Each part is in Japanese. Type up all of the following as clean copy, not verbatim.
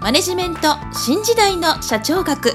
マネジメント新時代の社長学。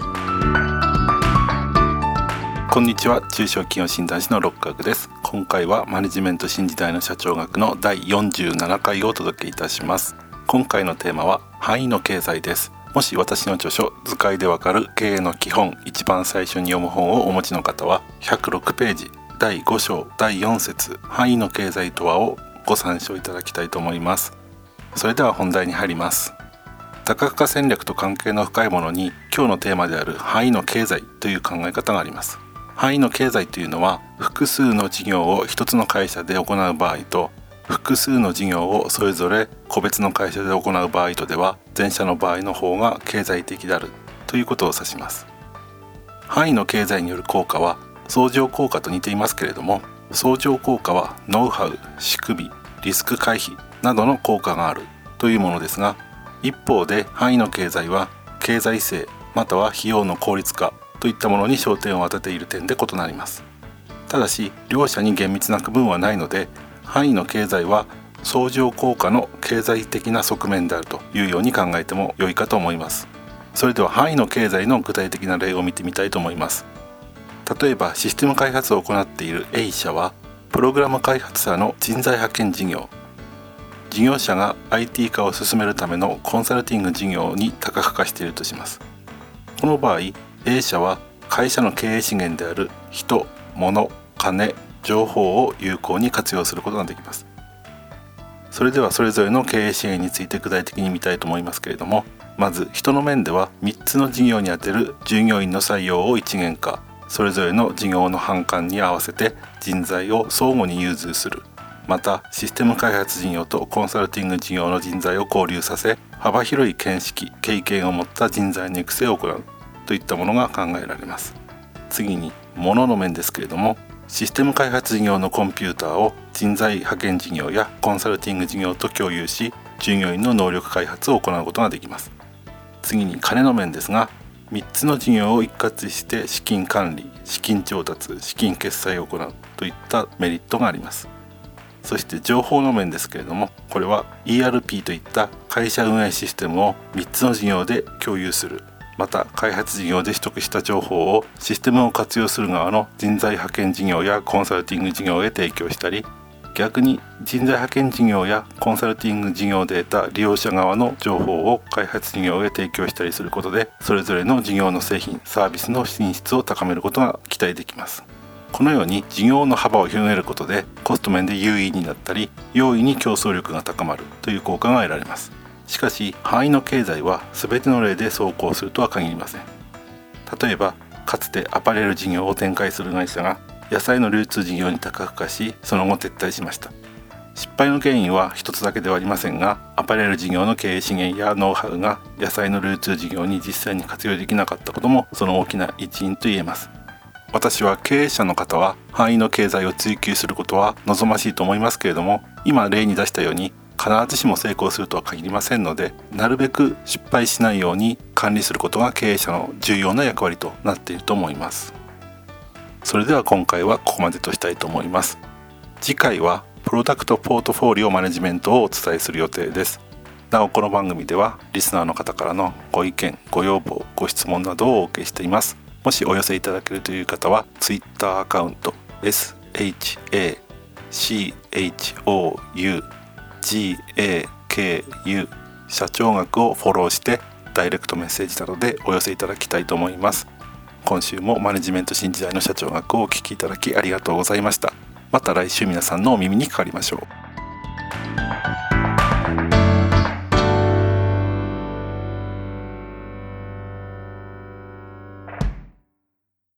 こんにちは、中小企業診断士の六角です。今回はマネジメント新時代の社長学の第47回をお届けいたします。今回のテーマは範囲の経済です。もし私の著書図解でわかる経営の基本、一番最初に読む本をお持ちの方は106ページ第5章第4節範囲の経済とはをご参照いただきたいと思います。それでは本題に入ります。多角化戦略と関係の深いものに今日のテーマである範囲の経済という考え方があります。範囲の経済というのは複数の事業を一つの会社で行う場合と複数の事業をそれぞれ個別の会社で行う場合とでは前者の場合の方が経済的であるということを指します。範囲の経済による効果は相乗効果と似ていますけれども、相乗効果はノウハウ、仕組み、リスク回避などの効果があるというものですが、一方で範囲の経済は経済性または費用の効率化といったものに焦点を当てている点で異なります。ただし両者に厳密な区分はないので、範囲の経済は相乗効果の経済的な側面であるというように考えても良いかと思います。それでは範囲の経済の具体的な例を見てみたいと思います。例えばシステム開発を行っている A 社はプログラム開発者の人材派遣事業、事業者が IT 化を進めるためのコンサルティング事業に多角化しているとします。この場合 A 社は会社の経営資源である人、物、金、情報を有効に活用することができます。それではそれぞれの経営支援について具体的に見たいと思いますけれども、まず人の面では3つの事業に充てる従業員の採用を一元化、それぞれの事業の販管に合わせて人材を相互に融通する、またシステム開発事業とコンサルティング事業の人材を交流させ、幅広い見識・経験を持った人材の育成を行うといったものが考えられます。次に物の面ですけれども、システム開発事業のコンピューターを人材派遣事業やコンサルティング事業と共有し、従業員の能力開発を行うことができます。次に金の面ですが、3つの事業を一括して資金管理、資金調達、資金決済を行うといったメリットがあります。そして情報の面ですけれども、これは ERP といった会社運営システムを3つの事業で共有する、また開発事業で取得した情報をシステムを活用する側の人材派遣事業やコンサルティング事業へ提供したり、逆に人材派遣事業やコンサルティング事業で得た利用者側の情報を開発事業へ提供したりすることで、それぞれの事業の製品・サービスの品質を高めることが期待できます。このように事業の幅を広げることでコスト面で優位になったり、容易に競争力が高まるという効果が得られます。しかし範囲の経済は全ての例で走行するとは限りません。例えばかつてアパレル事業を展開する会社が野菜の流通事業に多角化し、その後撤退しました。失敗の原因は一つだけではありませんが、アパレル事業の経営資源やノウハウが野菜の流通事業に実際に活用できなかったこともその大きな一因と言えます。私は経営者の方は範囲の経済を追求することは望ましいと思いますけれども、今例に出したように必ずしも成功するとは限りませんので、なるべく失敗しないように管理することが経営者の重要な役割となっていると思います。それでは今回はここまでとしたいと思います。次回はプロダクトポートフォリオマネジメントをお伝えする予定です。なおこの番組ではリスナーの方からのご意見、ご要望、ご質問などをお受けしています。もしお寄せいただけるという方は Twitter アカウント SHACHOUGAKU 社長学をフォローしてダイレクトメッセージなどでお寄せいただきたいと思います。今週もマネジメント新時代の社長学をお聞きいただきありがとうございました。また来週皆さんのお耳にかかりましょう。